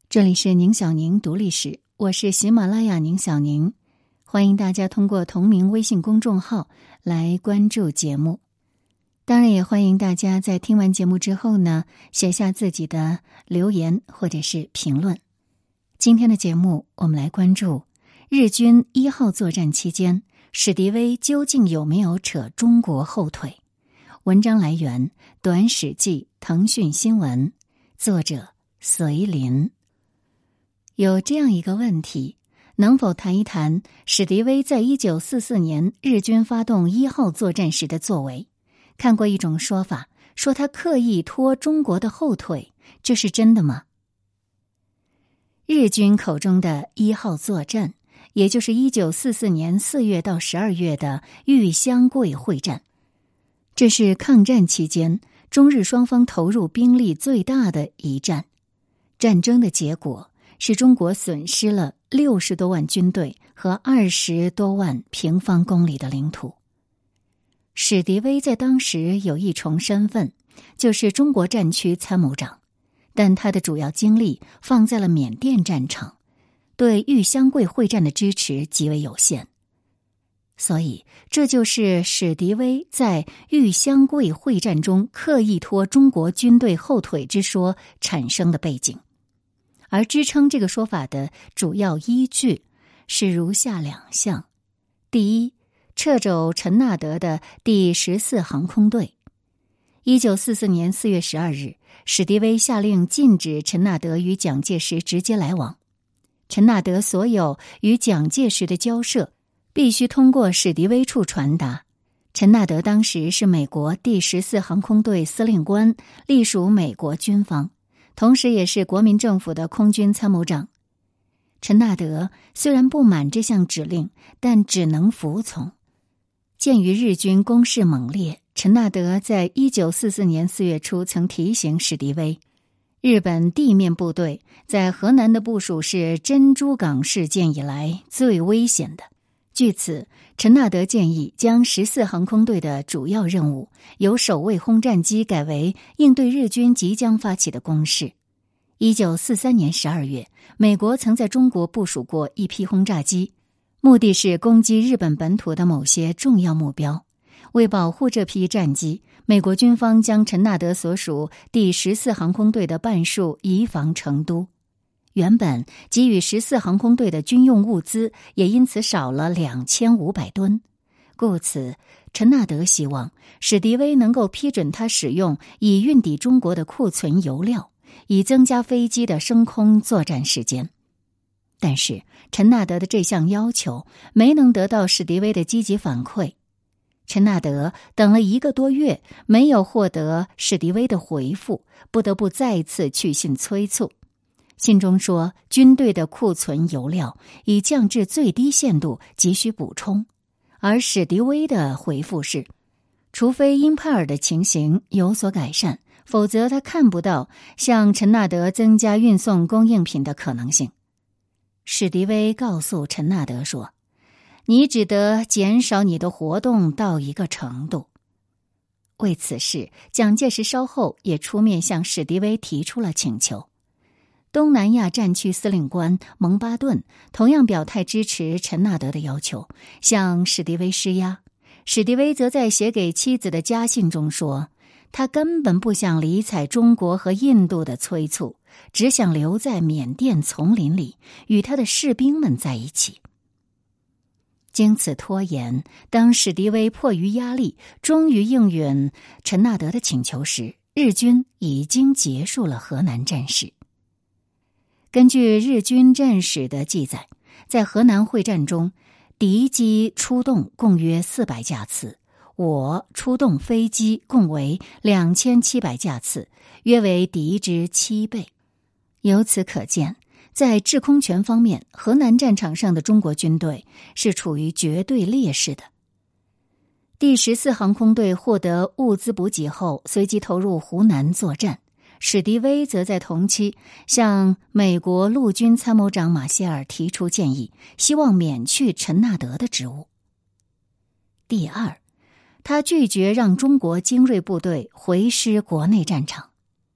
这里是宁小宁读历史，我是喜马拉雅宁小宁，欢迎大家通过同名微信公众号来关注节目。当然也欢迎大家在听完节目之后呢，写下自己的留言或者是评论。今天的节目我们来关注日军1号作战期间，史迪威究竟有没有扯中国后腿？文章来源短史记腾讯新闻，作者隋林。有这样一个问题，能否谈一谈史迪威在1944年日军发动1号作战时的作为？看过一种说法，说他刻意拖中国的后腿，这是真的吗？日军口中的1号作战，也就是1944年4月到12月的玉香桂会战，这是抗战期间中日双方投入兵力最大的一战。战争的结果是中国损失了60多万军队和20多万平方公里的领土。史迪威在当时有一重身份，就是中国战区参谋长，但他的主要精力放在了缅甸战场，对玉香桂会战的支持极为有限。所以这就是史迪威在玉香桂会战中刻意拖中国军队后腿之说产生的背景。而支撑这个说法的主要依据是如下两项：第一，掣肘陈纳德的第14航空队。1944年4月12日，史迪威下令禁止陈纳德与蒋介石直接来往，陈纳德所有与蒋介石的交涉必须通过史迪威处传达。陈纳德当时是美国第14航空队司令官，隶属美国军方，同时也是国民政府的空军参谋长。陈纳德虽然不满这项指令，但只能服从。鉴于日军攻势猛烈，陈纳德在1944年4月初曾提醒史迪威，日本地面部队在河南的部署是珍珠港事件以来最危险的。据此，陈纳德建议将14航空队的主要任务由守卫轰战机改为应对日军即将发起的攻势。1943年12月，美国曾在中国部署过一批轰炸机，目的是攻击日本本土的某些重要目标。为保护这批战机，美国军方将陈纳德所属第14航空队的半数移防成都。原本给予14航空队的军用物资也因此少了2500吨，故此陈纳德希望史迪威能够批准他使用以运抵中国的库存油料，以增加飞机的升空作战时间。但是陈纳德的这项要求没能得到史迪威的积极反馈，陈纳德等了1个多月没有获得史迪威的回复，不得不再次去信催促。信中说，军队的库存油料已降至最低限度，急需补充。而史迪威的回复是，除非英派尔的情形有所改善，否则他看不到向陈纳德增加运送供应品的可能性。史迪威告诉陈纳德说，你只得减少你的活动到一个程度。为此事，蒋介石稍后也出面向史迪威提出了请求。东南亚战区司令官蒙巴顿同样表态支持陈纳德的要求，向史迪威施压。史迪威则在写给妻子的家信中说，他根本不想理睬中国和印度的催促，只想留在缅甸丛林里与他的士兵们在一起。经此拖延，当史迪威迫于压力终于应允陈纳德的请求时，日军已经结束了河南战事。根据日军战史的记载，在河南会战中，敌机出动共约400架次，我出动飞机共为2700架次，约为敌之7倍。由此可见，在制空权方面，河南战场上的中国军队是处于绝对劣势的。第14航空队获得物资补给后，随即投入湖南作战。史迪威则在同期向美国陆军参谋长马歇尔提出建议，希望免去陈纳德的职务。第二，他拒绝让中国精锐部队回师国内战场。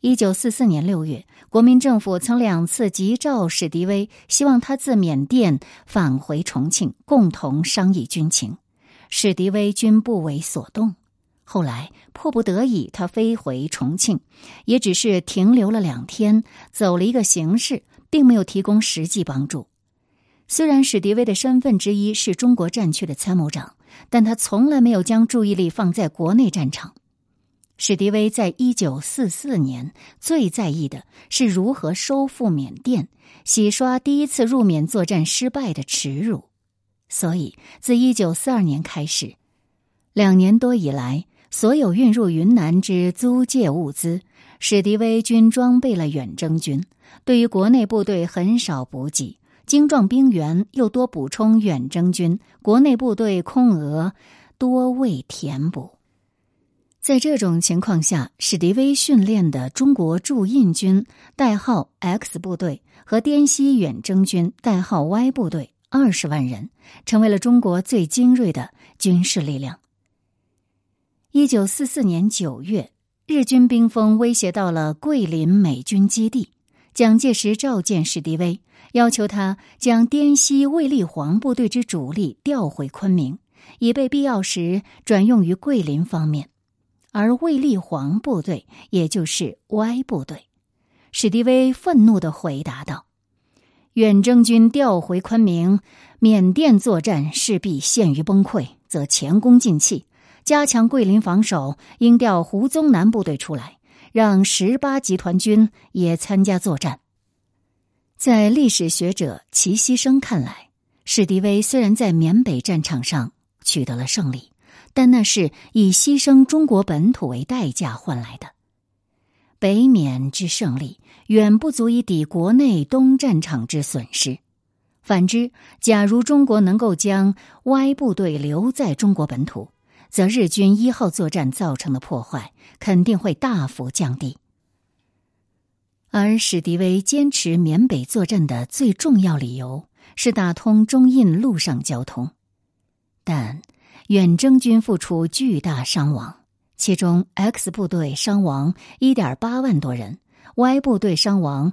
1944年6月，国民政府曾2次急召史迪威，希望他自缅甸返回重庆，共同商议军情。史迪威均不为所动。后来迫不得已，他飞回重庆，也只是停留了2天，走了一个形式，并没有提供实际帮助。虽然史迪威的身份之一是中国战区的参谋长，但他从来没有将注意力放在国内战场。史迪威在1944年最在意的是如何收复缅甸，洗刷第一次入缅作战失败的耻辱。所以自1942年开始，2年多以来，所有运入云南之租借物资，史迪威均装备了远征军，对于国内部队很少补给，精壮兵员又多补充远征军，国内部队空额多未填补。在这种情况下，史迪威训练的中国驻印军代号 X 部队和滇西远征军代号 Y 部队20万人，成为了中国最精锐的军事力量。1944年9月，日军兵锋威胁到了桂林美军基地，蒋介石召见史迪威，要求他将滇西卫立煌部队之主力调回昆明，以备必要时转用于桂林方面。而卫立煌部队也就是 Y 部队，史迪威愤怒地回答道：远征军调回昆明，缅甸作战势必陷于崩溃，则前功尽弃。加强桂林防守，应调胡宗南部队出来，让18集团军也参加作战。在历史学者齐锡生看来，史迪威虽然在缅北战场上取得了胜利，但那是以牺牲中国本土为代价换来的。北缅之胜利远不足以抵国内东战场之损失。反之，假如中国能够将 Y 部队留在中国本土，则日军1号作战造成的破坏肯定会大幅降低。而史迪威坚持缅北作战的最重要理由是打通中印陆上交通，但远征军付出巨大伤亡，其中 X 部队伤亡 1.8 万多人， Y 部队伤亡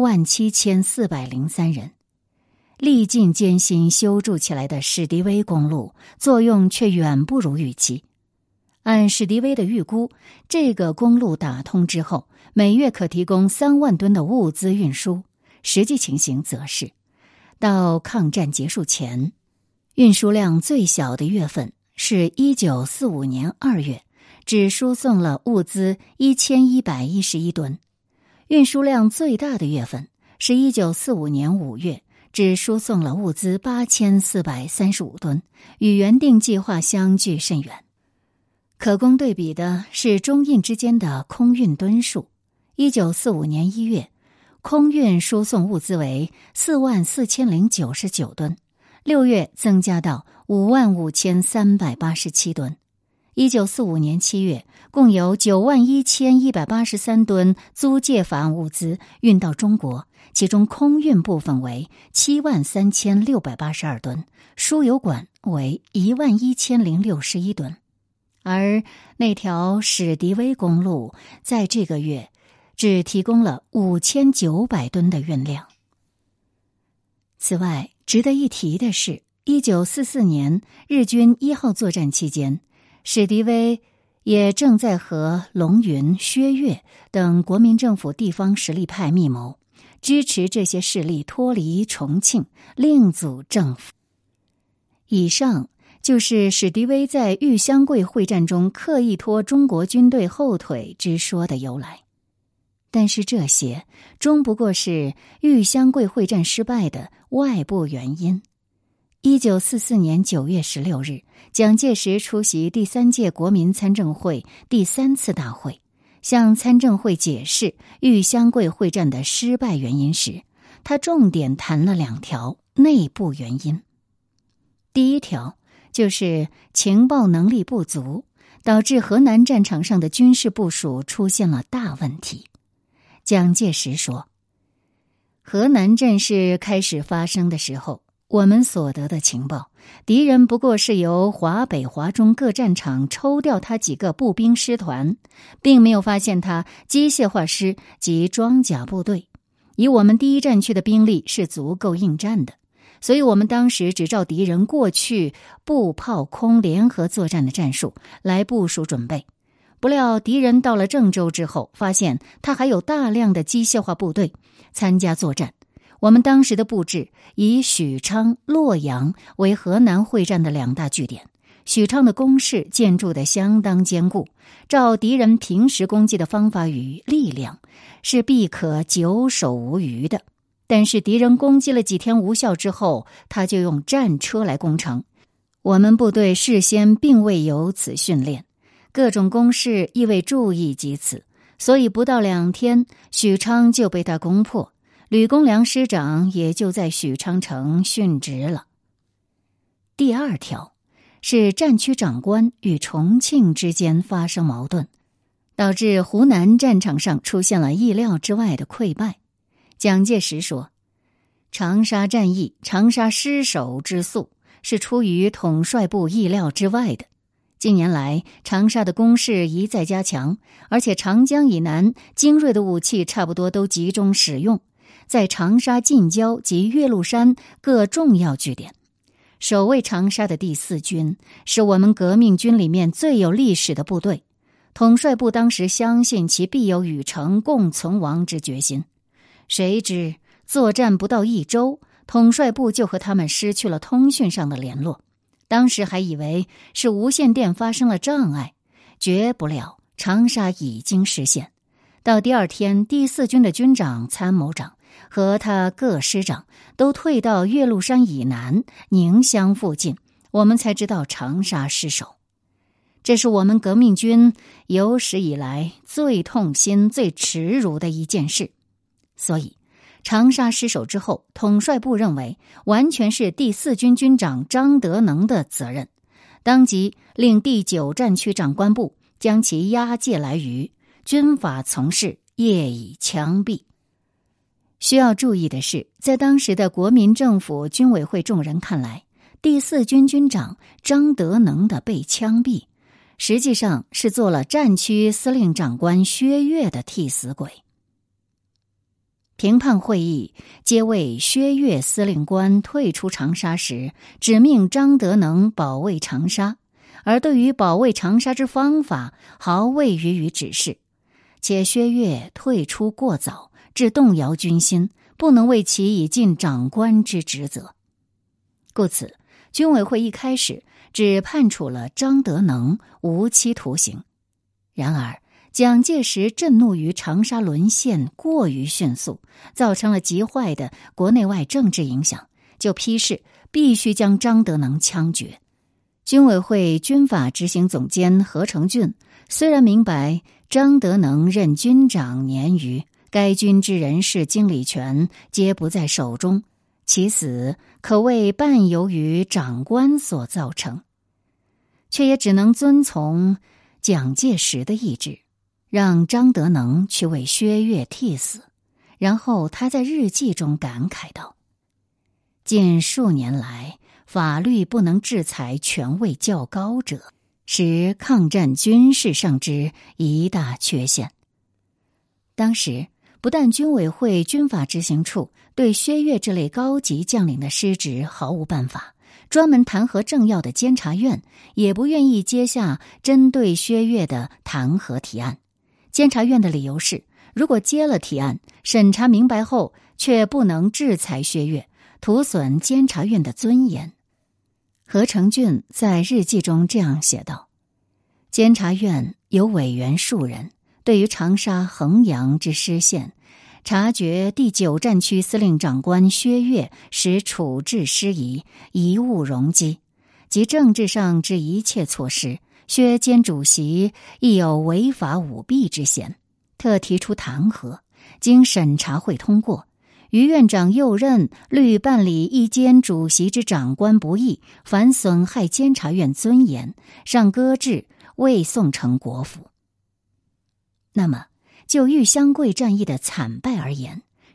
67403人。历尽艰辛修筑起来的史迪威公路作用却远不如预期。按史迪威的预估，这个公路打通之后，每月可提供3万吨的物资运输，实际情形则是，到抗战结束前，运输量最小的月份是1945年2月，只输送了物资1111吨；运输量最大的月份是1945年5月，只输送了物资8435吨，与原定计划相距甚远。可供对比的是中印之间的空运吨数。1945年1月，空运输送物资为44099吨，6月增加到55387吨。1945年7月，共有91183吨租借法案物资运到中国，其中空运部分为73682吨，输油管为11061吨。而那条史迪威公路在这个月只提供了5900吨的运量。此外，值得一提的是，1944年日军1号作战期间，史迪威也正在和龙云、薛岳等国民政府地方实力派密谋，支持这些势力脱离重庆，另组政府。以上就是史迪威在豫湘桂会战中刻意拖中国军队后腿之说的由来。但是这些终不过是豫湘桂会战失败的外部原因。1944年9月16日，蒋介石出席第3届国民参政会第3次大会，向参政会解释豫湘桂会战的失败原因时，他重点谈了2条内部原因。第一条就是情报能力不足，导致河南战场上的军事部署出现了大问题。蒋介石说，河南战事开始发生的时候， 我们所得的情报，敌人不过是由华北、华中各战场抽调他几个步兵师团，并没有发现他机械化师及装甲部队。以我们第一战区的兵力是足够应战的，所以我们当时只照敌人过去步炮空联合作战的战术来部署准备。不料敌人到了郑州之后，发现他还有大量的机械化部队参加作战。我们当时的布置以许昌、洛阳为河南会战的2大据点。许昌的工事建筑的相当坚固，照敌人平时攻击的方法与力量，是必可久守无虞的。但是敌人攻击了几天无效之后，他就用战车来攻城。我们部队事先并未有此训练，各种工事亦未注意及此，所以不到2天，许昌就被他攻破。吕公良师长也就在许昌城殉职了。第2条是战区长官与重庆之间发生矛盾，导致湖南战场上出现了意料之外的溃败。蒋介石说，长沙战役长沙失守之速是出于统帅部意料之外的。近年来，长沙的攻势一再加强，而且长江以南精锐的武器差不多都集中使用在长沙近郊及岳麓山各重要据点。守卫长沙的第4军是我们革命军里面最有历史的部队，统帅部当时相信其必有与城共存亡之决心。谁知作战不到1周，统帅部就和他们失去了通讯上的联络。当时还以为是无线电发生了障碍，绝不料长沙已经失陷。到第2天，第4军的军长、参谋长和他各师长都退到岳麓山以南宁乡附近，我们才知道长沙失守。这是我们革命军有史以来最痛心、最耻辱的一件事。所以长沙失守之后，统帅部认为完全是第4军军长张德能的责任，当即令第9战区长官部将其押解来渝，军法从事，业已枪毙。需要注意的是，在当时的国民政府军委会众人看来，第4军军长张德能的被枪毙，实际上是做了战区司令长官薛岳的替死鬼。评判会议皆为薛岳司令官退出长沙时，指命张德能保卫长沙，而对于保卫长沙之方法，毫未予以指示。且薛岳退出过早，致动摇军心，不能为其以尽长官之职责。故此，军委会一开始只判处了张德能无期徒刑。然而蒋介石震怒于长沙沦陷过于迅速，造成了极坏的国内外政治影响，就批示必须将张德能枪决。军委会军法执行总监何成俊虽然明白张德能任军长年余，该军之人事经理权皆不在手中，其死可谓半由于长官所造成，却也只能遵从蒋介石的意志，让张德能去为薛岳替死。然后他在日记中感慨道：近数年来，法律不能制裁权位较高者，是抗战军事上之一大缺陷。当时不但军委会军法执行处对薛岳这类高级将领的失职毫无办法，专门弹劾政要的监察院也不愿意接下针对薛岳的弹劾提案。监察院的理由是，如果接了提案，审查明白后却不能制裁薛岳，徒损监察院的尊严。何成俊在日记中这样写道：监察院有委员数人，对于长沙、衡阳之失陷，察觉第9战区司令长官薛岳使处置失宜，贻误容积，及政治上之一切措施，薛监主席亦有违法舞弊之嫌，特提出弹劾，经审查会通过。于院长又任律办理一监主席之长官不义，凡损害监察院尊严，上搁置，未送呈国府。那么就豫湘桂战役的惨败而言，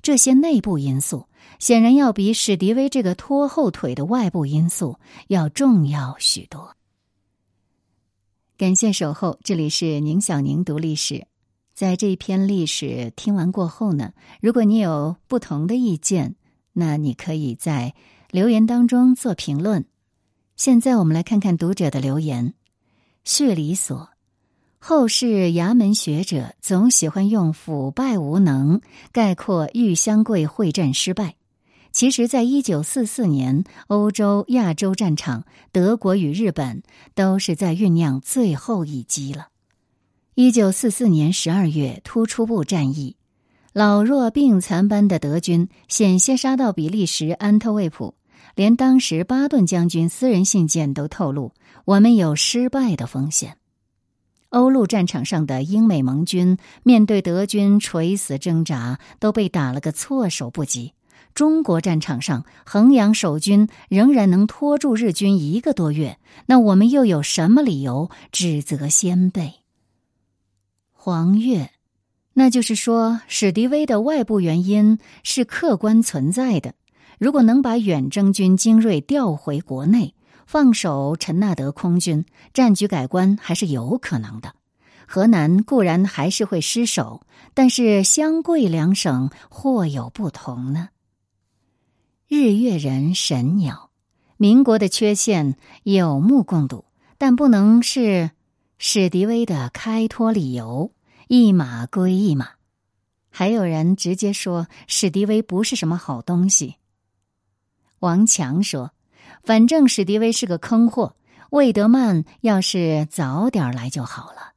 这些内部因素显然要比史迪威这个拖后腿的外部因素要重要许多。感谢守候，这里是宁小宁读历史。在这一篇历史听完过后呢，如果你有不同的意见，那你可以在留言当中做评论。现在我们来看看读者的留言。叙里所，后世衙门学者总喜欢用腐败无能概括玉香桂会战失败。其实在1944年，欧洲、亚洲战场，德国与日本都是在酝酿最后一击了。1944年12月，突出部战役，老弱病残般的德军险些杀到比利时安特卫普，连当时巴顿将军私人信件都透露，我们有失败的风险。欧陆战场上的英美盟军面对德军垂死挣扎，都被打了个措手不及。中国战场上，衡阳守军仍然能拖住日军1个多月，那我们又有什么理由指责先辈？黄月，那就是说，史迪威的外部原因是客观存在的。如果能把远征军精锐调回国内，放手陈纳德空军，战局改观还是有可能的。河南固然还是会失守，但是湘桂两省或有不同呢。日月人神鸟，民国的缺陷有目共睹，但不能是史迪威的开脱理由，一码归一码。还有人直接说史迪威不是什么好东西。王强说，反正史迪威是个坑货，魏德曼要是早点来就好了。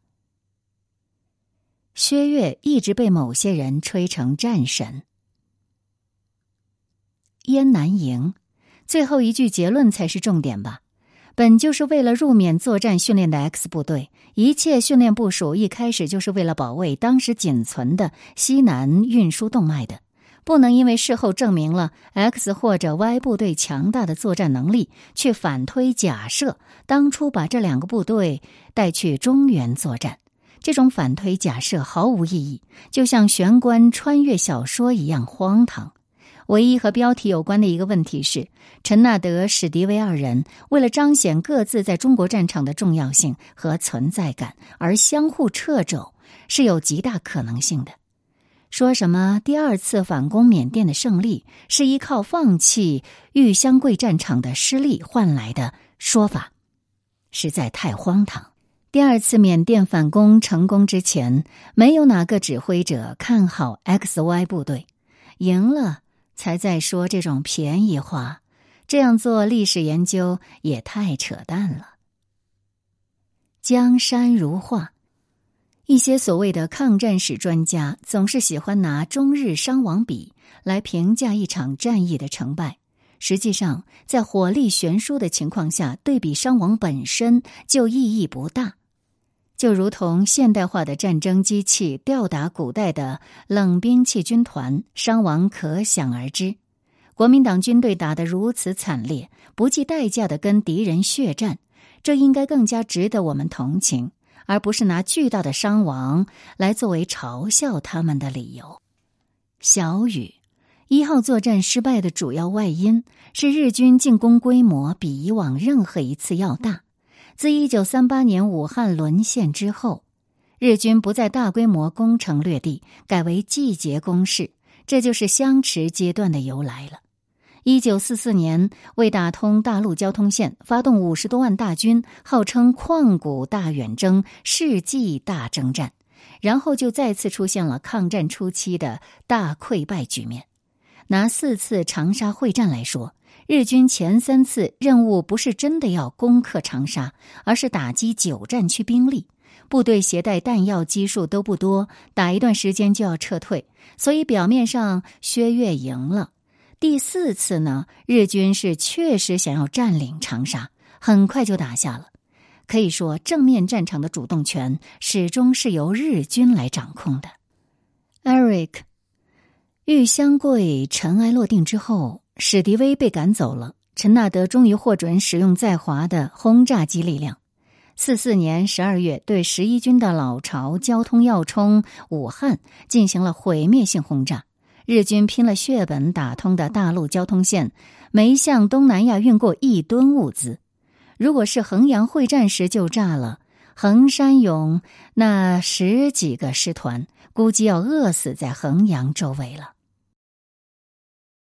薛岳一直被某些人吹成战神。燕南营，最后一句结论才是重点吧。本就是为了入缅作战训练的 X 部队，一切训练部署一开始就是为了保卫当时仅存的西南运输动脉的，不能因为事后证明了 X 或者 Y 部队强大的作战能力，却反推假设当初把这2个部队带去中原作战。这种反推假设毫无意义，就像玄关穿越小说一样荒唐。唯一和标题有关的一个问题是，陈纳德、史迪威2人为了彰显各自在中国战场的重要性和存在感而相互掣肘，是有极大可能性的。说什么第2次反攻缅甸的胜利是依靠放弃玉香桂战场的失利换来的说法，实在太荒唐。第2次缅甸反攻成功之前，没有哪个指挥者看好 XY 部队，赢了才在说这种便宜话，这样做历史研究也太扯淡了。江山如画，一些所谓的抗战史专家总是喜欢拿中日伤亡比来评价一场战役的成败。实际上，在火力悬殊的情况下，对比伤亡本身就意义不大。就如同现代化的战争机器吊打古代的冷兵器军团，伤亡可想而知。国民党军队打得如此惨烈，不计代价地跟敌人血战，这应该更加值得我们同情，而不是拿巨大的伤亡来作为嘲笑他们的理由。小雨，1号作战失败的主要外因是日军进攻规模比以往任何一次要大。自1938年武汉沦陷之后，日军不再大规模攻城略地，改为季节攻势，这就是相持阶段的由来了。1944年为打通大陆交通线，发动50多万大军，号称旷古大远征、世纪大征战，然后就再次出现了抗战初期的大溃败局面。拿4次长沙会战来说，日军前3次任务不是真的要攻克长沙，而是打击久战区兵力，部队携带弹药基数都不多，打一段时间就要撤退，所以表面上薛岳赢了。第4次呢，日军是确实想要占领长沙，很快就打下了。可以说，正面战场的主动权始终是由日军来掌控的。Eric， 玉香桂尘埃落定之后，史迪威被赶走了，陈纳德终于获准使用在华的轰炸机力量。44年12月，对11军的老巢交通要冲武汉进行了毁灭性轰炸。 日军拼了血本打通的大陆交通线，没向东南亚运过1吨物资。如果是衡阳会战时就炸了，衡山勇那10几个师团估计要饿死在衡阳周围了。